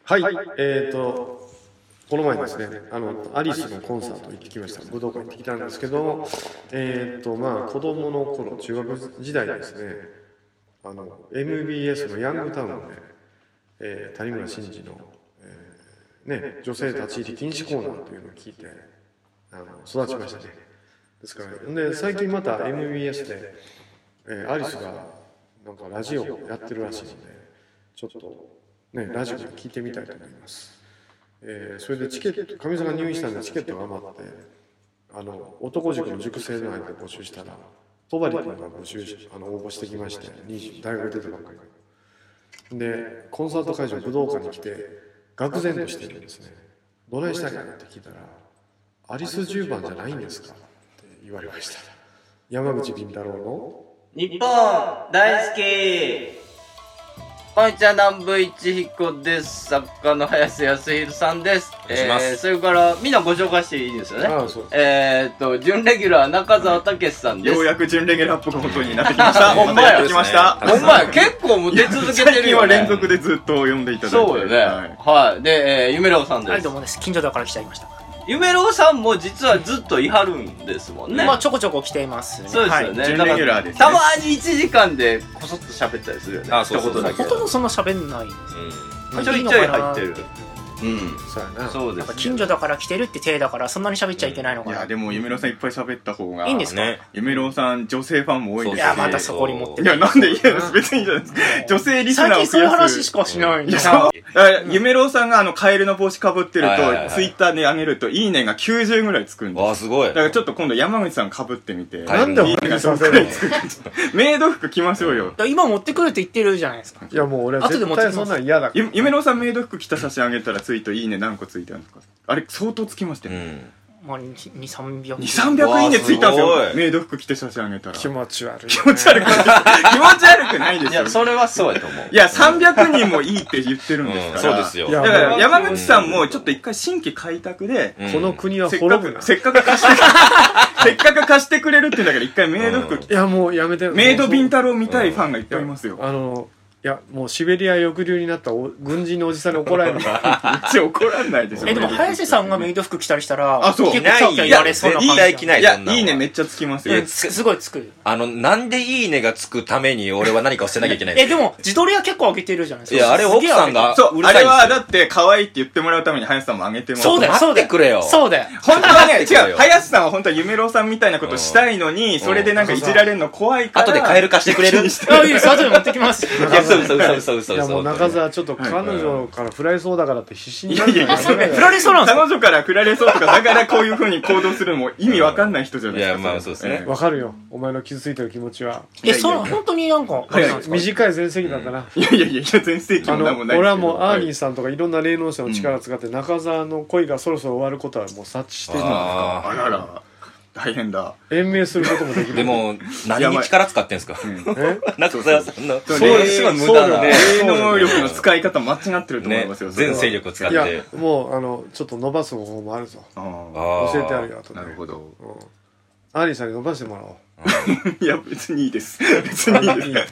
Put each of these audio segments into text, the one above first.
はい、この前ですね、アリスのコンサート行ってきました。武道館行ってきたんですけど、子供の頃、中学時代ですね、MBS のヤングタウンで、谷村新司の、女性立ち入り禁止コーナーというのを聞いて、育ちましたね。ですから、で、最近また MBS で、アリスがなんかラジオをやってるらしいので、ちょっと、ラジオで聞いてみたいと思います。それでチケット、かみさんが入院したんでチケットが余って、男塾の塾生の間で募集したら、戸張君が応募してきまして、大学出てばっかりで、コンサート会場、武道館に来て、愕然としてるんですね。どないしたんやって聞いたら、アリス10番じゃないんですかって言われました。山口敏太郎の日本大好き。こんにちは、南部一彦です。作家の早瀬康弘さんです。それからみんなご紹介していいですよね。準レギュラー中澤武さんです。 ようやく準レギュラーっぽく本当になってきました。 ほんまや、 来ました。 ほんまや、結構もう出続けてるよね。 最近は連続でずっと読んでいただいて。 そうよね。はい。で、夢郎さんです。 はい、どうもです。近所だから来ちゃいました。 夢郎さんも実はずっといはるんですもんね。 まあちょこちょこ来ていますね。 そうですよね。 準レギュラーです。 たまに1時間でこそっと喋ったりするよね。 あ、そうそうそう。ほとんどそんな喋んないんですよ。 ちょいちょい入ってる。 そうやな。 そうです。 近所だから来てるって体だからそんなに喋っちゃいけないのかな。 いやでも夢郎さんいっぱい喋った方がいいんですか。 夢郎さん女性ファンも多いですし。 いやまたそこに持っていやなんでいや別にいいじゃないですか。女性リスナーを増やす。 最近そういう話しかしないんだ。 夢郎さんがカエルの帽子かぶってるとツイッターで上げるといいねが90ぐらいつくんです。 あすごい。 だからちょっと今度山口さんかぶってみて。 なんでお前させるの。 メイド服着ましょうよ。 今持ってくるって言ってるじゃないですか。 いやもう俺は絶対そんなん嫌だから。 夢郎さんメイド服着た写真あげたらツイートいいね何個ついてあるんですか。あれ相当つきましたよ。 まあ200、300 200いいねついたんですよ。メイド服着て写真あげたら気持ち悪い。 気持ち悪くないですよ。 いやそれはそうやと思う。 いや300人もいいって言ってるんですから。 そうですよ。 だから山口さんもちょっと一回新規開拓でこの国は滅ぶな。 せっかく貸してくれるって言うんだから一回メイド服。 いやもうやめて。 メイドビンタロウ見たいファンがいっぱいいますよ。 いやもうシベリア抑留になった軍人のおじさんに怒られる。 うち怒らんないでしょ。 でも早瀬さんがメイド服着たりしたらそう結構キャ言われそうな感じ。 絶対着ない。 いやいいねめっちゃつきますよ。 すごいつく。 なんでいいねがつくために俺は何かを捨てなきゃいけないんですか。 でも自撮りは結構上げてるじゃないですか。 いやあれ奥さんがそうあれはだって可愛いって言ってもらうために林さんも上げてもらう。 そうだよ待ってくれよ。 そうだよ。 本当はね違う林さんは本当は夢郎さんみたいなことしたいのにそれでなんかいじられるの怖いから後でカエル貸してくれる。 いいです後で持ってきます。 いや嘘。 いやもう中澤ちょっと彼女から振られそうだからって必死になるんだよ。 振られそうなんですか。 彼女から振られそうとかだからこういう風に行動するのも意味わかんない人じゃないですか。 いやまあそうですね。 わかるよお前の傷ついてる気持ちは。 本当になんか短い全盛期だったな。 いや全盛期もなんもない。 俺はもうアーニーさんとかいろんな霊能者の力を使って中澤の恋がそろそろ終わることはもう察知してるんですか。 あらら大変だ。 延命することもできる。 でも何に力使ってんすか。中澤さんのそうすごい無駄な霊能力の使い方間違ってると思いますよ。 全勢力を使って。 いやもうちょっと伸ばす方法もあるぞ。教えてあるよ後で。 なるほど。 アーニーさんに伸ばしてもらおう。 いや別にいいです。別にいいです。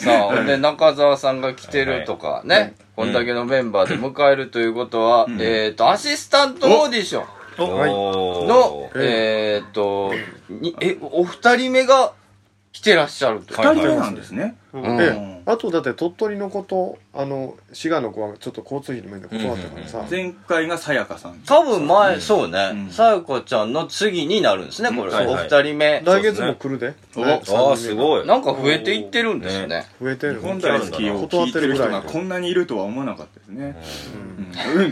さあで中澤さんが来てるとかねこんだけのメンバーで迎えるということはアシスタントオーディションのお二人目が来てらっしゃると。 2人目なんですね。 あとだって鳥取の子と滋賀の子はちょっと交通費の面で断ったからさ。 前回がさやかさん。 多分前そうねさやかちゃんの次になるんですねこれお二人目。 来月も来るで。 あすごい。 なんか増えていってるんですね。 増えてる。 日本大好きを聞いてる人がこんなにいるとは思わなかったですね。って。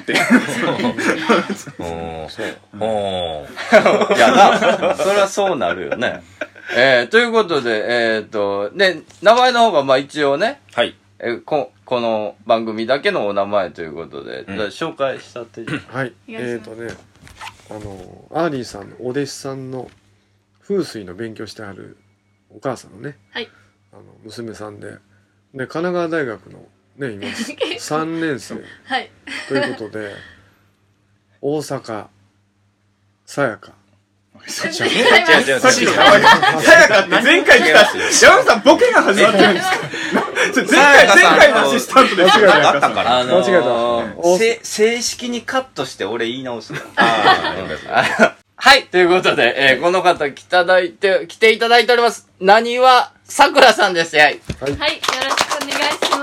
いやなそれはそうなるよね。ということで、名前の方がまあ一応ね、 はい。 この番組だけのお名前ということで、紹介したって。 はい。アーリーさんのお弟子さんの風水の勉強してあるお母さんのね、 はい。 娘さんで、神奈川大学のね、今3年生はい。 ということで、大阪、さやか、 違う。 さやかって前回来た山口さんボケが始まってるんですか。 前回のアシスタントで間違えたあったから。 間違えた正式にカットして俺言い直すよ。はい、ということで、この方来ていただいております。なにわさくらさんです。はい。 はい、よろしくお願いします。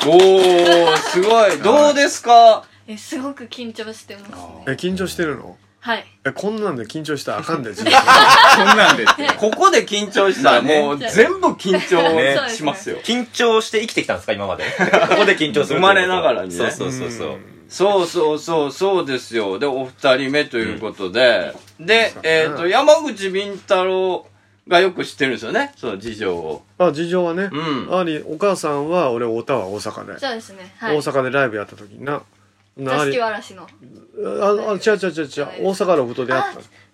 おー、すごい。どうですか？ すごく緊張してますね。 緊張してるの？ はい。 こんなんで緊張したらあかんで、 こんなんでってここで緊張したらもう全部緊張しますよ。 緊張して生きてきたんですか、今まで。ここで緊張する。 生まれながらにね。 そうそうそうそう。 そうですよ。で、お二人目ということで、で、山口敏太郎がよく知ってるんですよね、その事情を。 事情はね、お母さんは俺、太田は大阪で。 そうですね。はい。 大阪でライブやった時にな。 座敷わらしの。 違う。大阪ロフトでやった。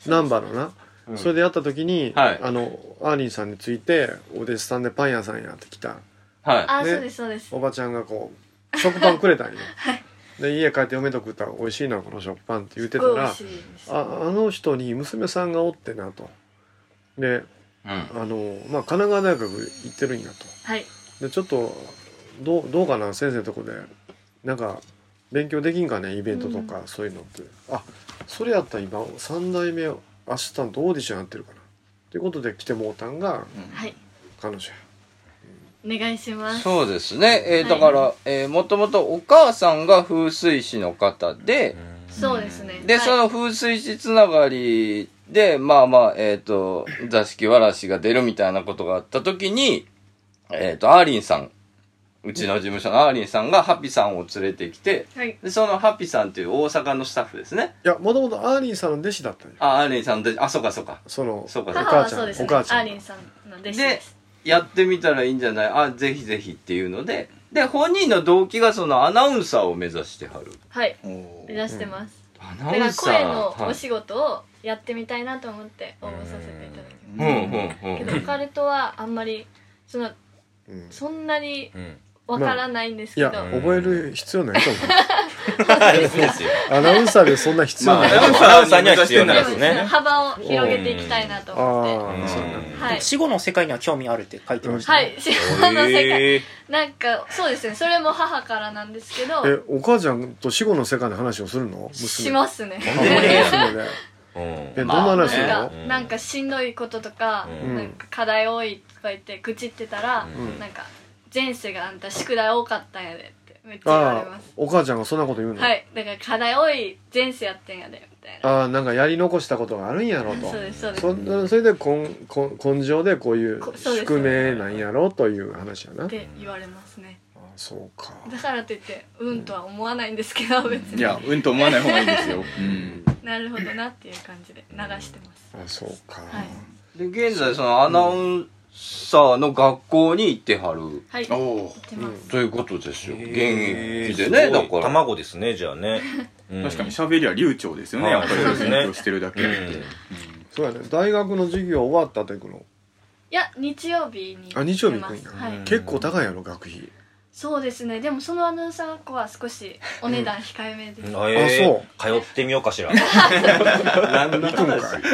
難波のな。それでやった時に、アーリンさんについて、お弟子さんでパン屋さんやって来た。 はい。 そうです、そうです。 おばちゃんがこう、食パンくれたんよ。で、家帰って嫁と食ったら美味しいな、この食パンって言ってたら、あの人に娘さんがおってなと。で、神奈川大学行ってるんやと。 はい。 で、ちょっと、どうかな、先生のとこで、なんか、勉強できんかね、イベントとか、そういうのって。それやったら今、3代目アシスタントオーディションやってるかな。ということで来てもうたんが、彼女や。 お願いします。 そうですね。だから、もともとお母さんが風水師の方で、 そうですね。 で、その風水師つながりで、座敷わらしが出るみたいなことがあった時に、アーリンさん、うちの事務所のアーリンさんがハピさんを連れてきて、で、そのハピさんっていう大阪のスタッフですね。 いや、もともとアーリンさんの弟子だったんよ。 アーリンさんの弟子、そうか。 母はそうですね。アーリンさんの弟子です。 やってみたらいいんじゃないぜひぜひっていうので、で、本人の動機がそのアナウンサーを目指してはる。 はい。目指してます。 アナウンサー。 声のお仕事をやってみたいなと思って応募させていただきます。けど、オカルトはあんまり、そんなにわからないんですけど。 いや、覚える必要ないと思う。アナウンサーでそんな必要ない。 アナウンサーには必要ないですね。 幅を広げていきたいなと思って。 死後の世界には興味あるって書いてました。 はい、死後の世界。なんか、そうですね。それも母からなんですけど。 お母ちゃんと死後の世界の話をするの？ しますね。 どんな話するの？ なんかしんどいこととか、なんか課題多いとか言って愚痴ってたら、なんか、前世があんた宿題多かったんやでってめっちゃ言われます。 お母ちゃんがそんなこと言うの？ はい。だから課題多い前世やってんやでみたいな。 なんかやり残したことがあるんやろと。 そうです。 それで根性でこういう宿命なんやろという話やな。 って言われますね。 そうか。 だからといってとは思わないんですけど別に。 いやと思わない方がいいですよ。 なるほどなっていう感じで流してます。 そうか。 で現在そのアナウンサーの学校に行ってはる。 はい。行ってます。 ということですよ。現役でね、だから。 卵ですね、じゃあね。 確かに喋りは流暢ですよね、やっぱり勉強してるだけで。 そうやね。大学の授業終わった後行くの？ いや、日曜日に。 日曜日行くんや。結構高いやろ、学費。 そうですね。でもそのアナウンサー学校は少しお値段控えめです。 そう。 通ってみようかしら。 何の行くのかい。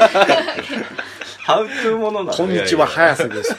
ハウトゥーものなの？ こんにちは、早瀬です。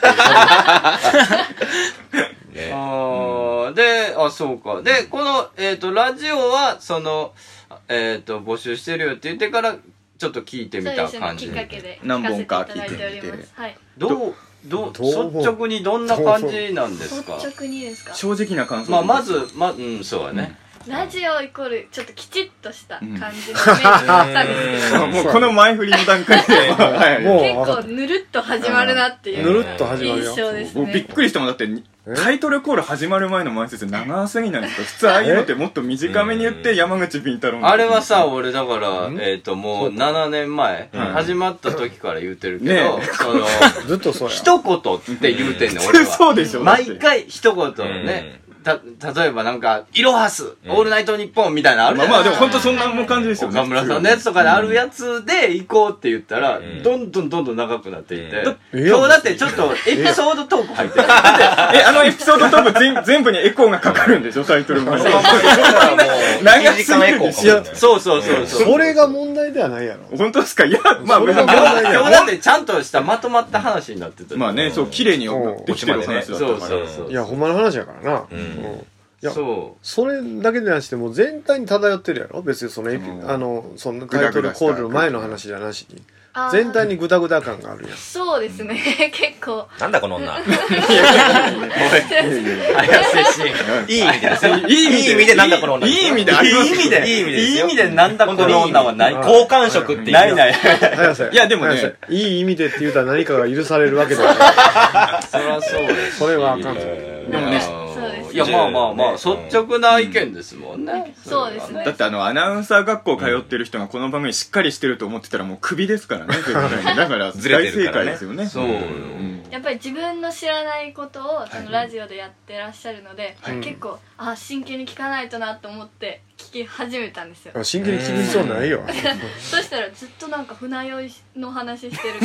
で、そうか。で、この、ラジオは、募集してるよって言ってから、ちょっと聞いてみた感じ。 きっかけで何本か聞いてみて。 はい。 率直にどんな感じなんですか？ 率直にですか？ 正直な感想。 まず、そうだね。 ラジオイコールちょっときちっとした感じのイメージだったんですけど、 もうこの前振りの段階で結構ぬるっと始まるなっていう印象ですね。 びっくりしてもだってタイトルコール始まる前の前説長すぎないですか？普通ああいうのってもっと短めに言って山口敏太郎あれはさ、俺だからもう7年前始まった時から言ってるけど、 ずっとそうや。 一言って言うてんねん俺は。 そうでしょ。 毎回一言ね。例えばなんか、イロハス、オールナイトニッポンみたいなのあるじゃないですか。 でも本当そんな感じですよね。 岡村さんのやつとかであるやつで行こうって言ったら、どんどん長くなっていって、今日だってちょっとエピソードトーク入ってる。 あのエピソードトーク全部にエコーがかかるんでしょ、タイトルも。 長時間エコー。そう。 それが問題題ではないやろ。 本当ですか？いや、まあ、 それは今日だってちゃんとしたまとまった話になってた。 まあね、そう、綺麗にできてる話だったそうから。 そうそう。 いやほんまの話やからな。いやそれだけでなしでも全体に漂ってるやろ。別にそのそのタイトルコールの前の話じゃなしに全体にグダグダ感があるやん。 そうですね結構なんだこの女。 怪しい。 いい意味でですよ。いいい意味でなんだこの女。 いい意味であります。 いい意味で。 いい意味ですよ。 いい意味でなんだこの女はない。 好感触ってないない。 早瀬いやでもね、 いい意味でって言うたら何かが許されるわけではない。 そりゃそうです。 それはあかんぞ。 でもね、 いやまあまあまあ率直な意見ですもんね。 そうですね。 だってアナウンサー学校通ってる人がこの番組しっかりしてると思ってたらもうクビですからね、絶対に。だから大正解ですよね。 そう。 やっぱり自分の知らないことをそのラジオでやってらっしゃるので、結構真剣に聞かないとなと思って聞き始めたんですよ。 真剣に聞きそうないよ。 そしたらずっとなんか船酔いの話してる感じ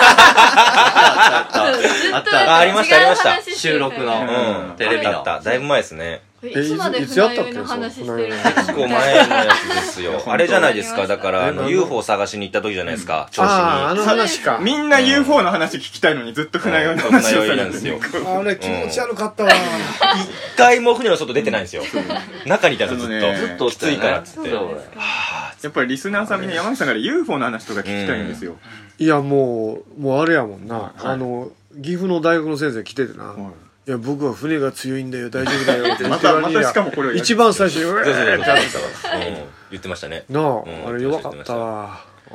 がありましたありました収録のテレビのだいぶ前ですね。 いつまで船酔いの話してるんですか。 結構前のやつですよ。あれじゃないですか。だからUFO 探しに行った時じゃないですか。調子に。 あの話か。 みんな UFO の話聞きたいのにずっと船酔いの話をされるんですよ。 あれ気持ち悪かったわ。 一回も船の外出てないんですよ。中にいたらずっときついからっつって。 やっぱりリスナーさんみんな山口さんから UFO の話とか聞きたいんですよ。 いやもうあれやもんな。岐阜の大学の先生来ててな。いや僕は船が強いんだよ大丈夫だよってまたしかもこれを一番最初に言ってましたね。 なああれ弱かったわ。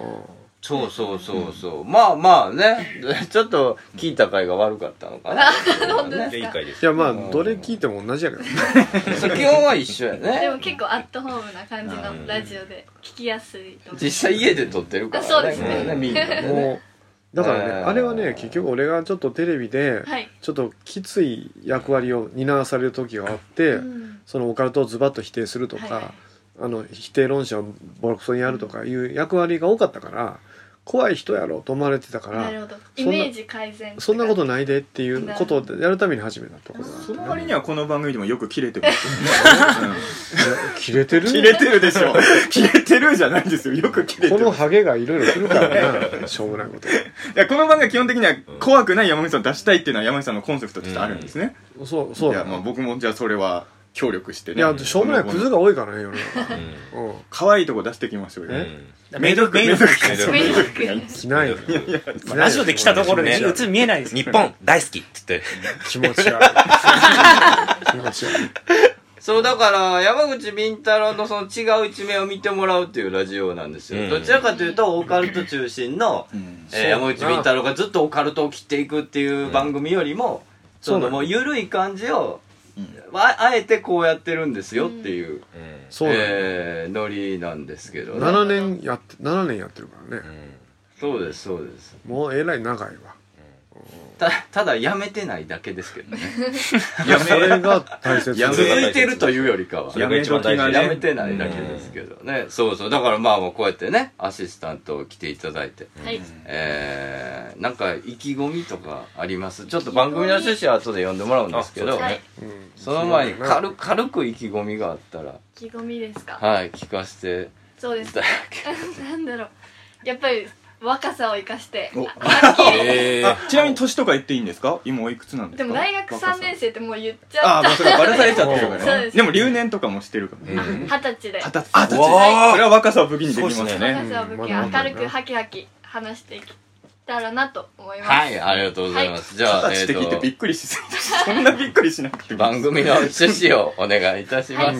そうまあまあねちょっと聞いた回が悪かったのかな。 いい回です。 いやまあどれ聞いても同じやけどね。 基本は一緒やね。 でも結構アットホームな感じのラジオで聞きやすいと思う。 実際家で撮ってるからね。 そうですねみんなね。 だからねあれはね結局俺がちょっとテレビでちょっときつい役割を担わされる時があってそのオカルトをズバッと否定するとか否定論者をボロクソにやるとかいう役割が多かったから怖い人やろと思われてたからなるほどイメージ改善そんなことないでっていうことをやるために始めたところその割にはこの番組でもよく切れてますよね。 切れてる切れてるでしょ。切れてるじゃないんですよ。よく切れてる。 このハゲがいろいろ来るからなしょうもないこと。 いやこの番組は基本的には怖くない山口さんを出したいっていうのは山口さんのコンセプトとしてあるんですね。 そういやまあ僕もじゃあそれは協力してね。 いやしょうもないクズが多いからね世の中。 可愛いとこ出していきましょうよ。 メイド服着ないよ。 ラジオで来たところで映り見えないです。 日本大好きっつって気持ち悪い。気持ち悪い。 そうだから山口敏太郎のその違う一面を見てもらうっていうラジオなんですよ。どちらかというとオカルト中心の山口敏太郎がずっとオカルトを切っていくっていう番組よりもそのもう緩い感じをあえてこうやってるんですよっていうノリなんですけどね。 7年やってるからね。 そうですもうえらい長いわ。 ただやめてないだけですけどね。 それが大切。 続いてるというよりかはやめてないだけですけどね。そうだからまあこうやってねアシスタント来ていただいてなんか意気込みとかあります？ちょっと番組の趣旨は後で読んでもらうんですけどその前に軽く意気込みがあったら意気込みですか？ はい聞かせてそうですなんだろうやっぱり若さを生かしてちなみに年とか言っていいんですか？今おいくつなんですか？ でも大学3年生ってもう言っちゃった。 それバラされちゃってるからね。でも留年とかもしてるかもね。 20歳で 20歳。それは若さを武器にできますね。 若さを武器に明るくハキハキ話していったらなと思います。 はいありがとうございます。じゃあ 20歳って聞いてびっくりしすぎた。そんなびっくりしなくて番組の趣旨をお願いいたします。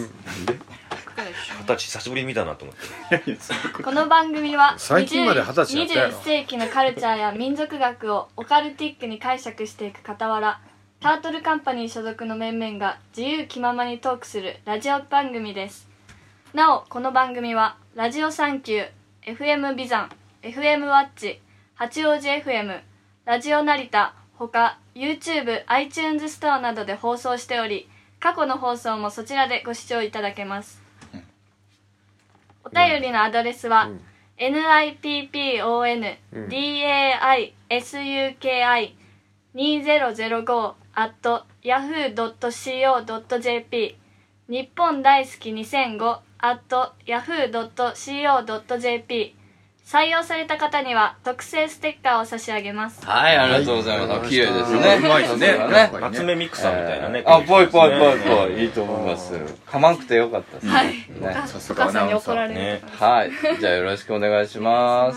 20歳久しぶりに見たなと思って。 この番組は 21 世紀のカルチャーや民族学をオカルティックに解釈していく傍らタートルカンパニー所属の面々が自由気ままにトークするラジオ番組です。なおこの番組はラジオサンキュー FM ビザン FM ワッチ八王子 FM ラジオ成田ほか YouTube、iTunes ストアなどで放送しており過去の放送もそちらでご視聴いただけます。お便りのアドレスは、nippondasuki2005@yahoo.co.jp 日本大好き2005@yahoo.co.jp 採用された方には特製ステッカーを差し上げます。 はい、ありがとうございます。綺麗ですね。 うまいですね。 夏目ミクさんみたいなね。 ぽい。いいと思います。噛まんくてよかったですね。 はい。さすがアナウンサー。お母さんに怒られる。 はい。じゃあよろしくお願いします。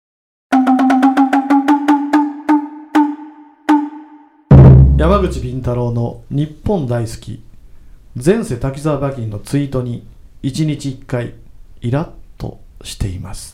山口敏太郎の日本大好き。前世滝沢馬琴のツイートに1日1回イラッとしています。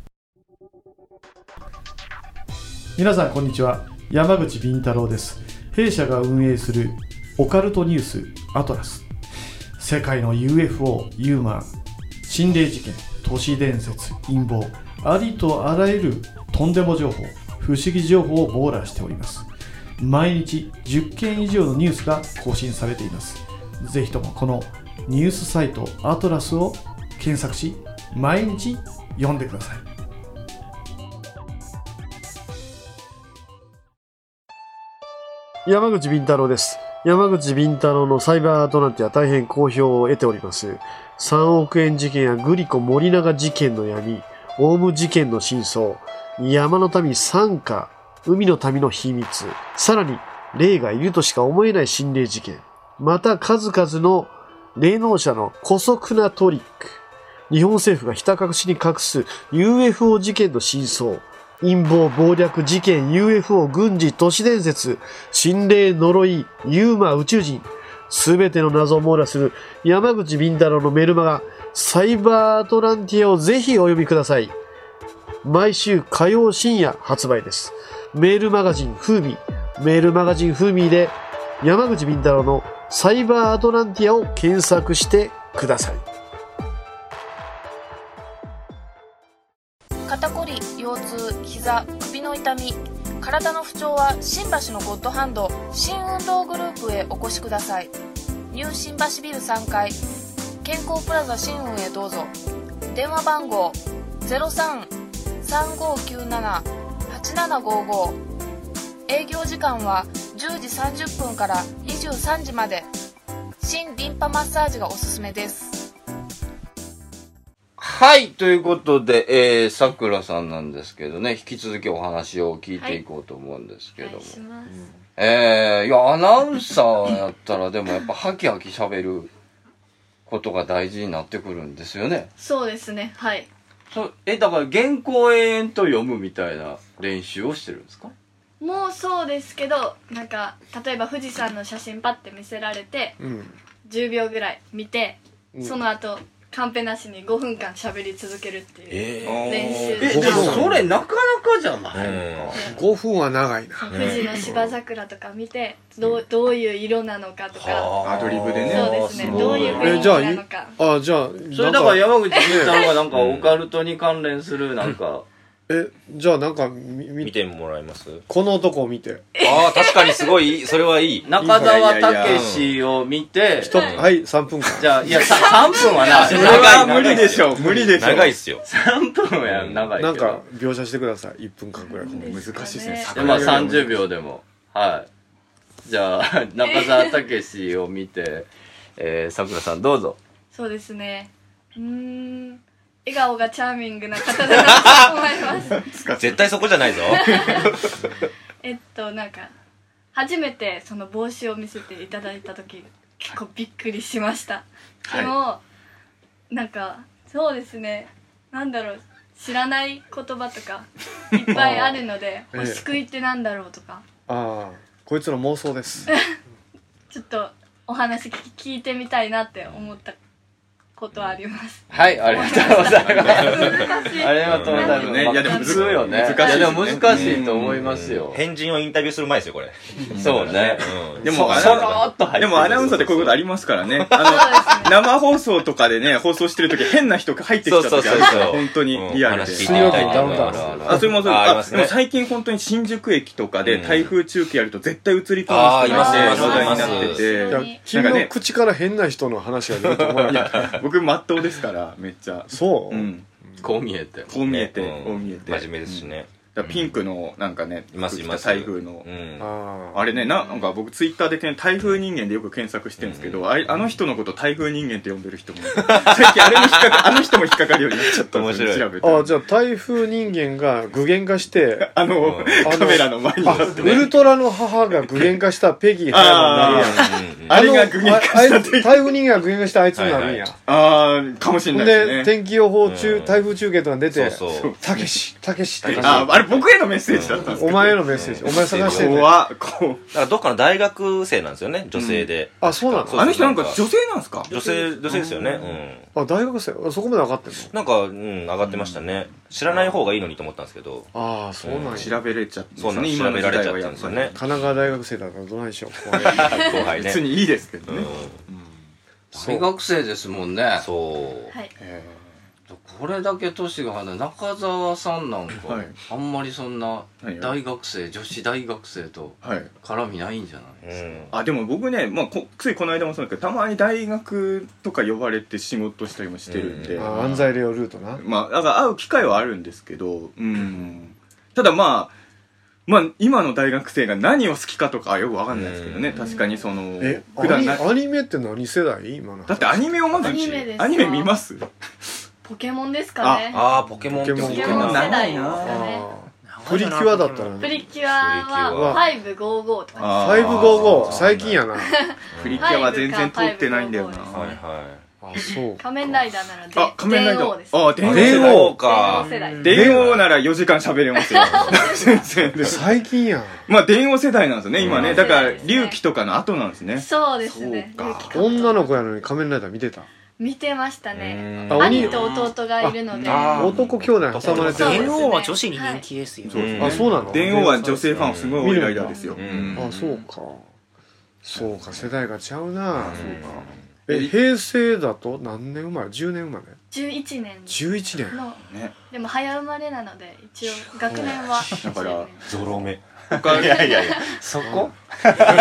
皆さんこんにちは。山口敏太郎です。弊社が運営するオカルトニュースアトラス。世界の UFO、ユーマー、心霊事件、都市伝説、陰謀、ありとあらゆるとんでも情報、不思議情報を網羅しております。毎日10件以上のニュースが更新されています。ぜひともこのニュースサイトアトラスを検索し、毎日読んでください。 山口敏太郎です。山口敏太郎のサイバーアトランティア大変好評を得ております。3億円事件やグリコ森永事件の闇、オウム事件の真相、山の民参加、海の民の秘密、さらに霊がいるとしか思えない心霊事件、また数々の霊能者の姑息なトリック、日本政府がひた隠しに隠す UFO 事件の真相、陰謀、暴略、事件、UFO、軍事、都市伝説、心霊、呪い、ユーマ、宇宙人、すべての謎を網羅する山口敏太郎のメルマガ、サイバーアトランティアをぜひお読みください。毎週火曜深夜発売です。メールマガジンフーミー、メールマガジンフーミーで山口敏太郎のサイバーアトランティアを検索してください。 肩こり、腰痛、膝、首の痛み、体の不調は新橋のゴッドハンド新運動グループへお越しください。ニュー新橋ビル3階健康プラザ新運へどうぞ。電話番号 03-3597-8755。 営業時間は10時30分から23時まで。新リンパマッサージがおすすめです。 はい、ということで、さくらさんなんですけどね、引き続きお話を聞いていこうと思うんですけども。はい、お願いします。いや、アナウンサーやったら、でもやっぱハキハキ喋ることが大事になってくるんですよね。 そうですね、はい。 だから原稿を延々と読むみたいな練習をしてるんですか？ もうそうですけど、なんか例えば富士山の写真パッて見せられて、10秒ぐらい見て、その後カンペなしに5分間喋り続けるっていう練習。 それなかなかじゃない 5分は長いな。 富士の芝桜とか見て、どういう色なのかとか、 アドリブでね。 そうですね、どういう雰囲気なのか。 じゃあそれだから山口敏太郎がなんかオカルトに関連するなんかじゃあなんか見てもらえます？ この男を見て。 確かにすごい、それはいい。 中澤武史を見て、 はい、3分間。 じゃあ、いや、3分はな、 それは無理でしょ、無理でしょ。 長いっすよ。 3分は長い。 なんか、描写してください、1分間くらい。 難しいですね。 まあ30秒でも。はい。じゃあ、中澤武史を見て、さくらさんどうぞ。 そうですね。笑顔がチャーミングな方だなと思います。 絶対そこじゃないぞ。 なんか初めてその帽子を見せていただいた時結構びっくりしました。でもなんかそうですね、なんだろう、知らない言葉とかいっぱいあるので星食いってなんだろうとか、 こいつの妄想です。 ちょっとお話聞いてみたいなって思ったことはあります。 はい、ありがとうございます。ありがとうございます。いやでも普通よね。いやでも難しいと思いますよ。 変人をインタビューする前ですよこれ。 そうね。 でもアナウンサーってこういうことありますからね。生放送とかでね、放送してる時変な人が入ってきた時あるから本当にリアルで。 水曜日ダウンタウン。 それもそう。でも最近本当に新宿駅とかで台風中継やると絶対映り込む人がいて話題になってて。 君の口から変な人の話が出ると思う。 僕まっとうですからめっちゃそう、 こう見えて真面目ですしね。 だピンクのなんかね、 いますいます台風の、 ああれね、なんか僕ツイッターで台風人間でよく検索してるんですけど、あの人のこと台風人間って呼んでる人も最近あの人も引っかかるようになっちゃったんですよ。調べて。 あ、じゃあ台風人間が具現化してカメラの前に立ってウルトラの母が具現化したペギー葉山になるやん。 あれが具現化した台風人間が具現化したあいつになるんや。 かもしれないですね。 で天気予報中台風中継とか出てたけしってあれ僕へのメッセージだったんですか。 お前へのメッセージ、お前探してる。 怖っ。 だからどっかの大学生なんですよね、女性で。 あ、そうなの。 あの人なんか女性なんですか。 女性ですよね。 あ、大学生、そこまで上がってんの。 なんか上がってましたね。知らない方がいいのにと思ったんですけど。 ああ、そうなんや。 調べれちゃってそうなんです。調べられちゃったんですよね。 神奈川大学生だからどないでしょう。 後輩ね。 別にいいですけどね。 大学生ですもんね。 そう。 はい。 これだけ年が離れ、中澤さんなんか、あんまりそんな大学生、女子大学生と絡みないんじゃないですか。 あ、でも僕ね、ついこの間もそうだけど、たまに大学とか呼ばれて仕事したりもしてるんで、 安西レオルートな。 だから会う機会はあるんですけど、ただ今の大学生が何を好きかとかはよくわかんないですけどね。確かにその普段アニメって何世代今の。 だってアニメをまずアニメ見ます？ ポケモンですかね。 ポケモンってポケモン世代ですよね。 プリキュアだったらプリキュアは555とか。 555最近やな。 プリキュアは全然通ってないんだよな。 はいはい。 あ、そう。 仮面ライダーなら電王です。 電王か。 電王なら4時間喋れますよ。全然。 最近やん。 電王世代なんですよね、今ね。だから、龍騎とかの後なんですね。 そうですね。 女の子やのに仮面ライダー見てた？ 見てましたね。兄と弟がいるので。 男兄弟挟まれてる。 電王は女子に人気ですよ。 あ、そうなの？ 電王は女性ファンすごい多いライダーですよ。 あ、そうか。そうか、世代がちゃうな。そうか。平成だと何年生まれ？10年生まれ ？11年。 11年の。でも早生まれなので、一応学年は。 だから、 ゾロ目。 いやいやいや、そこやっぱ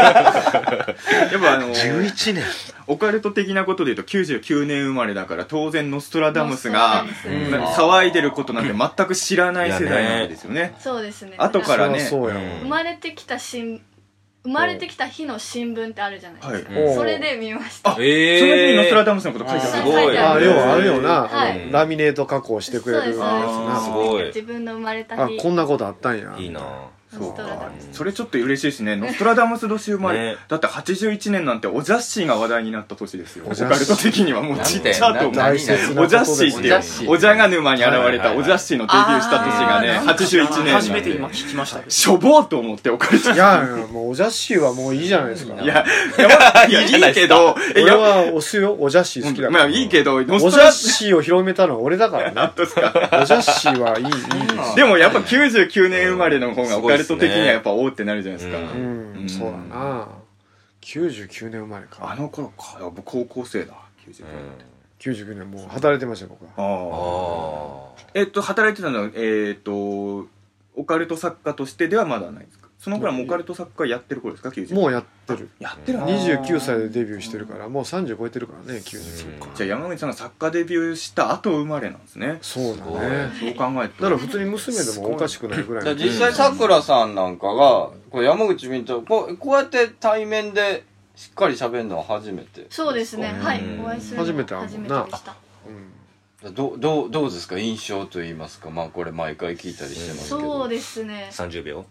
11年オカルト的なことで言うと99年生まれだから、当然ノストラダムスが騒いでることなんて全く知らない世代なわけですよね。 そうですね。 後からね、 生まれてきた日の新聞ってあるじゃないですか。それで見ました。 その日にノストラダムスのこと書いてある。 すごい。 要はあるよな。ラミネート加工してくれるやつな。 すごい。 自分の生まれた日。 こんなことあったんや。 いいな。 そうか。それちょっと嬉しいですね。ノストラダムス年生まれ。だって81年なんてオジャッシーが話題になった年ですよ。オカルト的にはもうちっちゃと思う。オジャッシーってオジャガ沼に現れたオジャッシーのデビューした年がね、81年。 初めて今聞きました。 しょぼーと思ってオカルト。 いや、もうオジャッシーはもういいじゃないですか。 いや、いいけど、 俺は推すよ。オジャッシー好きだから。 いいけど、オジャッシーを広めたのは俺だからね。オジャッシーはいい。 でもやっぱ99年生まれの方がオカルト的にはやっぱおーってなるじゃないですか。 そうだな。99年生まれか。 あの頃か。僕高校生だ。 99年もう働いてましたよ、僕は。 働いてたのは、オカルト作家としてではまだないですか？その頃はもうオカルト作家やってる頃ですか？90 もうやってる。 やってる。 29歳でデビューしてるから、もう30超えてるからね、90。 じゃあ山口さんが作家デビューした後生まれなんですね。 そうだね。 そう考えて。 だから普通に娘でもおかしくないぐらい。 実際さくらさんなんかが、これ山口みとこうやって対面でしっかり喋るのは初めて。 そうですね。はい。お会いするの初めてでした。 どうですか、印象と言いますか。これ毎回聞いたりしてますけど。 そうですね。 30秒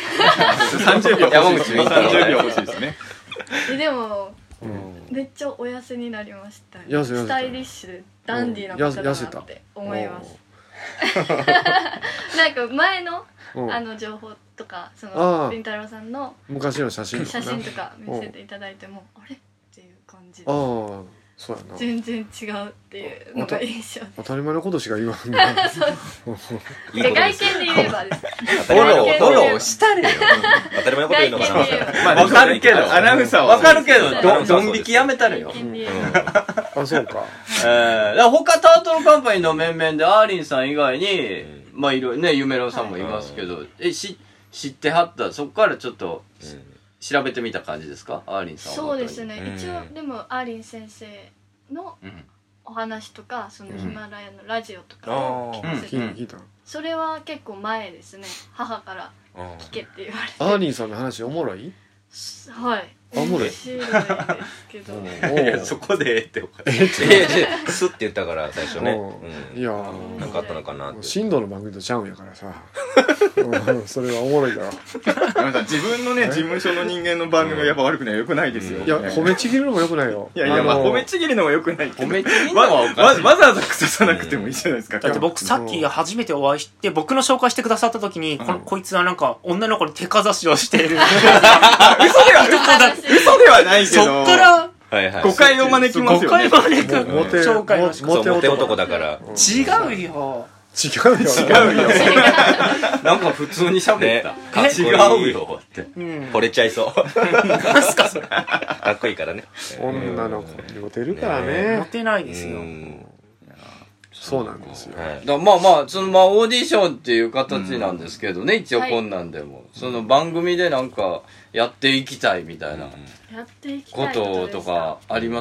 30秒山口み30秒欲しいですね。 でもめっちゃお痩せになりました。スタイリッシュでダンディーな方だなって思います。なんか前の情報とか、そのりんたろーさんの昔の写真とか見せていただいても、あれっていう感じで。 そうやな。 全然違うっていうのが印象。 当たり前のことしか言わんな。 外見で言えばです。 フォローしたれよ。当たり前のこと言うのかな。 わかるけど、 アナウンサーはわかるけど、ドン引きやめたれよ。 あ、そうか。 他タートルカンパニーの面々でアーリンさん以外に、いろいろね、ゆめろさんもいますけど、知ってはった、そこからちょっと、調べてみた感じですか、アーリンさんは。 そうですね。一応でもアーリン先生のお話とかそのヒマラヤのラジオとかを聞かせて、 聞いた。 それは結構前ですね。母から聞けって言われて。 アーリンさんの話おもろい？ はい。 おもろい。 面白いですけど。 そこでってスッて言ったから最初ね。 いやなんかあったのかなって。 進藤の番組とちゃうんやからさ。それはおもろいだろ。 自分のね事務所の人間の番組はやっぱ悪くない、良くないですよ。 いや褒めちぎるのも良くないよ。 いや褒めちぎるのも良くない。 褒めちぎるのはおかしい。 わざわざ腐さなくてもいいじゃないですか。 だって僕さっき初めてお会いして僕の紹介してくださった時にこいつはなんか女の子に手かざしをしている。 嘘ではないけど。 そっから誤解を招きますよね。 誤解招く紹介の仕方。 モテ男だから。 違うよ。 なんか普通に喋った。違うよって。 惚れちゃいそう。 なんすかそれ。 かっこいいからね。 女の子にモテるからね。 モテないですよ。 そうなんですよ。 まあそのオーディションっていう形なんですけどね、一応こんなんでもその番組でなんかやっていきたいみたいなこととかあります？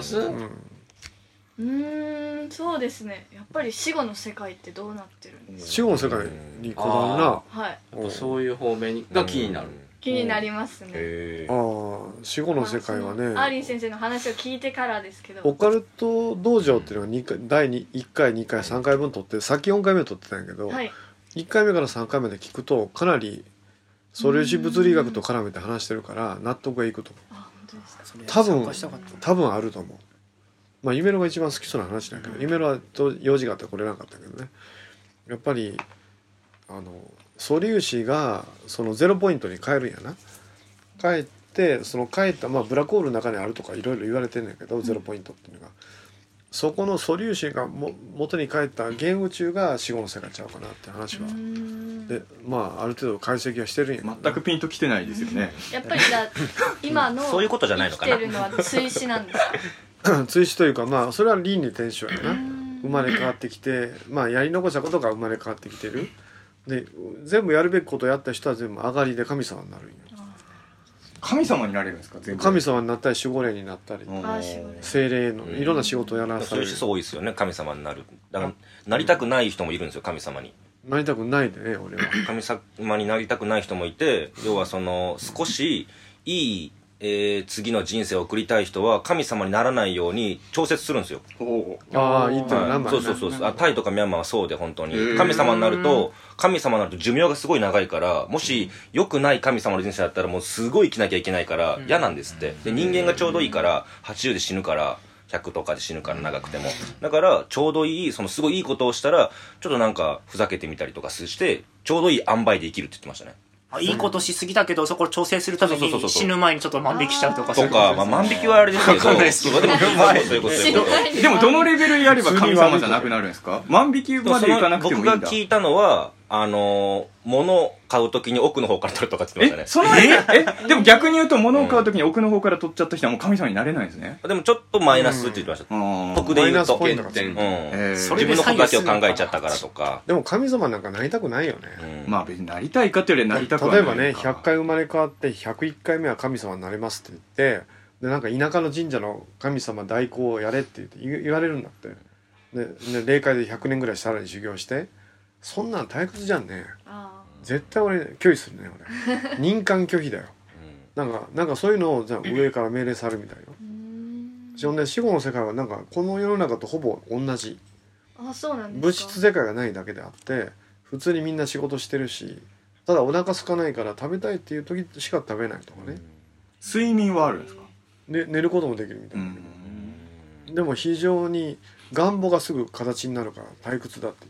そうですね。やっぱり死後の世界ってどうなってるんですか？ 死後の世界にこだわるな。 はい。 そういう方面が気になる。 気になりますね。 死後の世界はね。 アーリン先生の話を聞いてからですけど。 オカルト道場っていうのが第1回、2回、3回分撮って、さっき4回目撮ってたんやけど、1回目から3回目で聞くとかなり素粒子物理学と絡めて話してるから納得がいくと思う。多分あると思う。まあ夢郎が一番好きそうな話だけど、夢郎は用事があって来れなかったけどね。やっぱり素粒子がそのゼロポイントに変えるんやな。変えてその変えた、ブラックホールの中にあるとかいろいろ言われてるんだけど、ゼロポイントっていうのがそこの素粒子が元に帰った現宇宙が死後の世界ちゃうかなって話はで、ある程度解析はしてるんやけど、 全くピンときてないですよね。 やっぱり今のそういうことじゃないのかな。 生きてるのは追試なんですか？ 追試というかそれは輪廻転生やな。生まれ変わってきてやり残したことが生まれ変わってきてる。で全部やるべきことをやった人は全部上がりで神様になるんよ。 神様になれるんですか？全部神様になったり守護霊になったり精霊のいろんな仕事をやらされる。 そういう人多いですよね。神様になる。だからなりたくない人もいるんですよ。神様になりたくないでね。俺は神様になりたくない人もいて、要はその少しいい次の人生を送りたい人は神様にならないように調節するんですよ。 言ってるな。 そうタイとかミャンマーはそうで、本当に神様になると寿命がすごい長いから、もし良くない神様の人生だったらもうすごい生きなきゃいけないから嫌なんですって。で人間がちょうどいいから80で死ぬから、100とかで死ぬから長くても、だからちょうどいいそのすごいいいことをしたらちょっとなんかふざけてみたりとかしてちょうどいい塩梅で生きるって言ってましたね。 いいことしすぎたけどそこを調整するために死ぬ前にちょっと万引きしちゃうとか。 万引きはあれですけどでもどのレベルやれば神様じゃなくなるんですか？万引きまでいかなくてもいいんだ。 僕が聞いたのは物を買うときに奥の方から取るとかって言ってましたね。でも逆に言うと物を買うときに奥の方から取っちゃった人はもう神様になれないんですね。 でもちょっとマイナスって言ってました。得で言うと自分のことだけを考えちゃったからとか。 でも神様なんかなりたくないよね。 別になりたいかっていうよりなりたくはない。 例えばね100回生まれ変わって101回目は神様になれますって言って、でなんか田舎の神社の神様代行をやれって言われるんだって。で霊界で100年ぐらいさらに修行して、そんなん退屈じゃんね。絶対俺拒否するね。俺任官拒否だよ。なんかそういうのをじゃあ上から命令されるみたいよ。ほんで死後の世界はなんかこの世の中とほぼ同じ。 そうなんですか。 物質世界がないだけであって普通にみんな仕事してるし、ただお腹空かないから食べたいっていう時しか食べないとかね。 睡眠はあるんですか？ で寝ることもできるみたいな。でも非常に願望がすぐ形になるから退屈だって言って。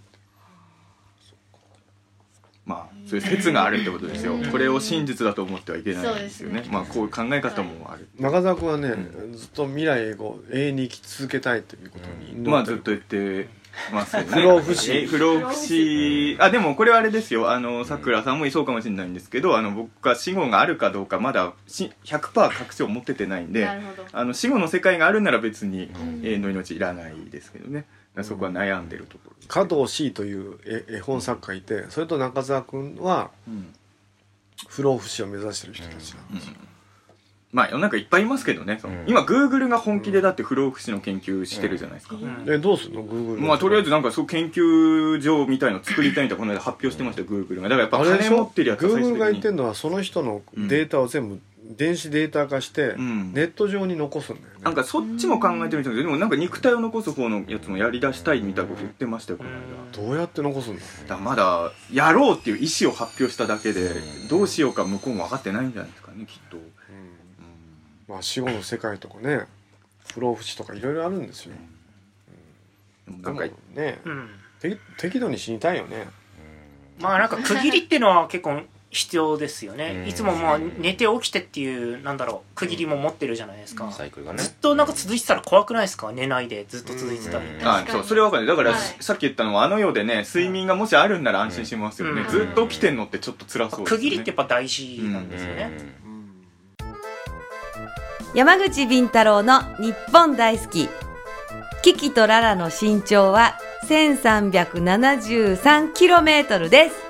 そういう説があるってことですよ。これを真実だと思ってはいけないんですよね。こういう考え方もある。 中澤君はね、ずっと未来を永遠に生き続けたいということにずっと言ってますよね。 不老不死。 不老不死。でもこれはあれですよ。さくらさんもそうかもしれないんですけど、僕は死後があるかどうかまだ 100% 確証を持っててないんで、死後の世界があるなら別に永遠の命いらないですけどね。そこは悩んでるところ。 加藤 C という絵本作家がいて、それと中澤君は不老不死を目指してる人たちなんですよ。 まあ世の中いっぱいいますけどね、今 Google が本気でだって不老不死の研究してるじゃないですか、 どうするの Google。 まあとりあえずなんかそう研究所みたいの作りたいみたいなこの間発表してましたよ Google が。だからやっぱ金持ってるやつは最終的に Google が言ってるのはその人のデータを全部電子データ化してネット上に残すんだよね。 なんかそっちも考えてるんですけど、でもなんか肉体を残す方のやつもやりだしたいみたいなこと言ってましたよこの間。 どうやって残すんだ。 だからまだやろうっていう意思を発表しただけでどうしようか向こうも分かってないんじゃないですかねきっと。 まあ死後の世界とかね不老不死とかいろいろあるんですよ。なんかね、適度に死にたいよね。 まあなんか区切りっていうのは結構必要ですよね。いつもまあ寝て起きてっていうなんだろう区切りも持ってるじゃないですか。 サイクルがね。 ずっとなんか続いてたら怖くないですか？寝ないでずっと続いてたり。 そうそれは分かる。だからさっき言ったのはあの世でね睡眠がもしあるんなら安心しますよね。ずっと起きてんのってちょっと辛そうですね。 区切りってやっぱ大事なんですよね。 山口敏太郎の日本大好き。キキとララの身長は 1373km です。